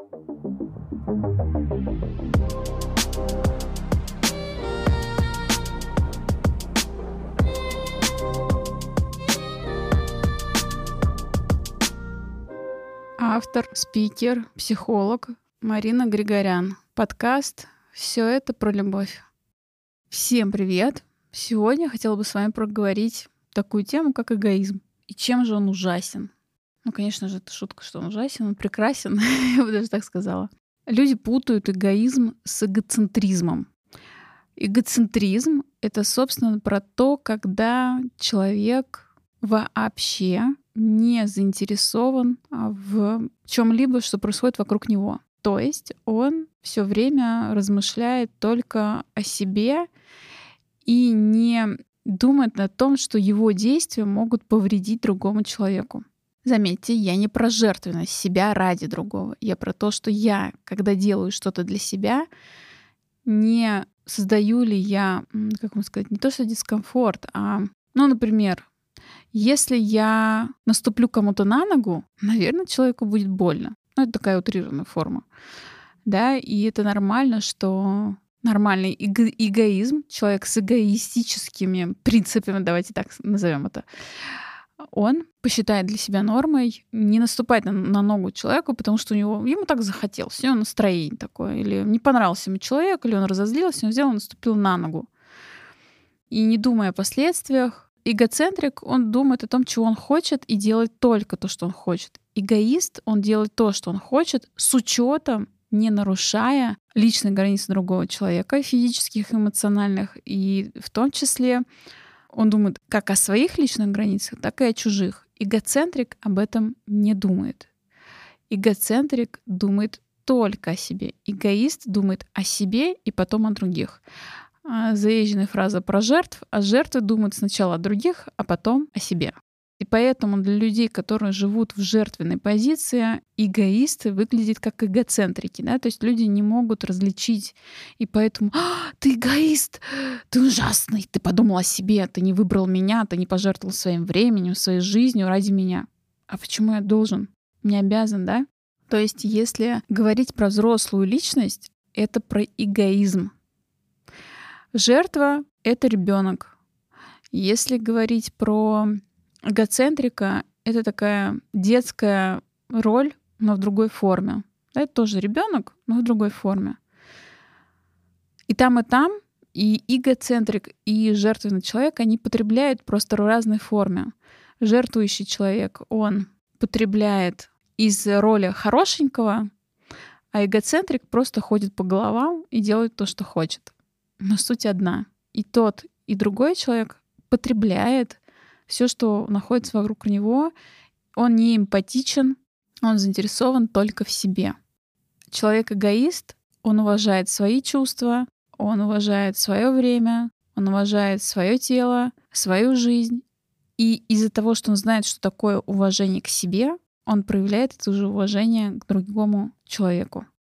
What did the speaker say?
Автор, спикер, психолог Марина Григорян. Подкаст «Все это про любовь». Всем привет! Сегодня я хотела бы с вами проговорить такую тему, как эгоизм. И чем же он ужасен? Конечно же, это шутка, что он ужасен, он прекрасен, я бы даже так сказала. Люди путают эгоизм с эгоцентризмом. Эгоцентризм — это, собственно, про то, когда человек вообще не заинтересован в чем-либо, что происходит вокруг него. То есть он все время размышляет только о себе и не думает о том, что его действия могут повредить другому человеку. Заметьте, я не про жертвенность себя ради другого. Я про то, что я, когда делаю что-то для себя, не создаю ли я, как вам сказать, не то что дискомфорт, например, если я наступлю кому-то на ногу, наверное, человеку будет больно. Это такая утрированная форма. Да, и это нормально, что нормальный эгоизм, человек с эгоистическими принципами, давайте так назовем это, он посчитает для себя нормой не наступать на ногу человеку, потому что ему так захотелось, у него настроение такое, или не понравился ему человек, или он разозлился, он наступил на ногу. И не думая о последствиях, эгоцентрик, он думает о том, чего он хочет, и делает только то, что он хочет. Эгоист, он делает то, что он хочет, с учетом, не нарушая личные границы другого человека, физических, эмоциональных, и в том числе он думает как о своих личных границах, так и о чужих. Эгоцентрик об этом не думает. Эгоцентрик думает только о себе. Эгоист думает о себе и потом о других. Заезженная фраза про жертв, а жертвы думают сначала о других, а потом о себе. И поэтому для людей, которые живут в жертвенной позиции, эгоисты выглядят как эгоцентрики. Да? То есть люди не могут различить. И поэтому ты эгоист, ты ужасный, ты подумал о себе, ты не выбрал меня, ты не пожертвовал своим временем, своей жизнью ради меня. А почему я должен? Не обязан, да? То есть если говорить про взрослую личность, это про эгоизм. Жертва — это ребенок. Если говорить про эгоцентрика, это такая детская роль, но в другой форме. Это тоже ребенок, но в другой форме. И там, и эгоцентрик, и жертвенный человек, они потребляют просто в разной форме. Жертвующий человек, он потребляет из роли хорошенького, а эгоцентрик просто ходит по головам и делает то, что хочет. Но суть одна. И тот, и другой человек потребляет все, что находится вокруг него. Он не эмпатичен, он заинтересован только в себе. Человек-эгоист, он уважает свои чувства, он уважает свое время, он уважает свое тело, свою жизнь. И из-за того, что он знает, что такое уважение к себе, он проявляет это же уважение к другому человеку.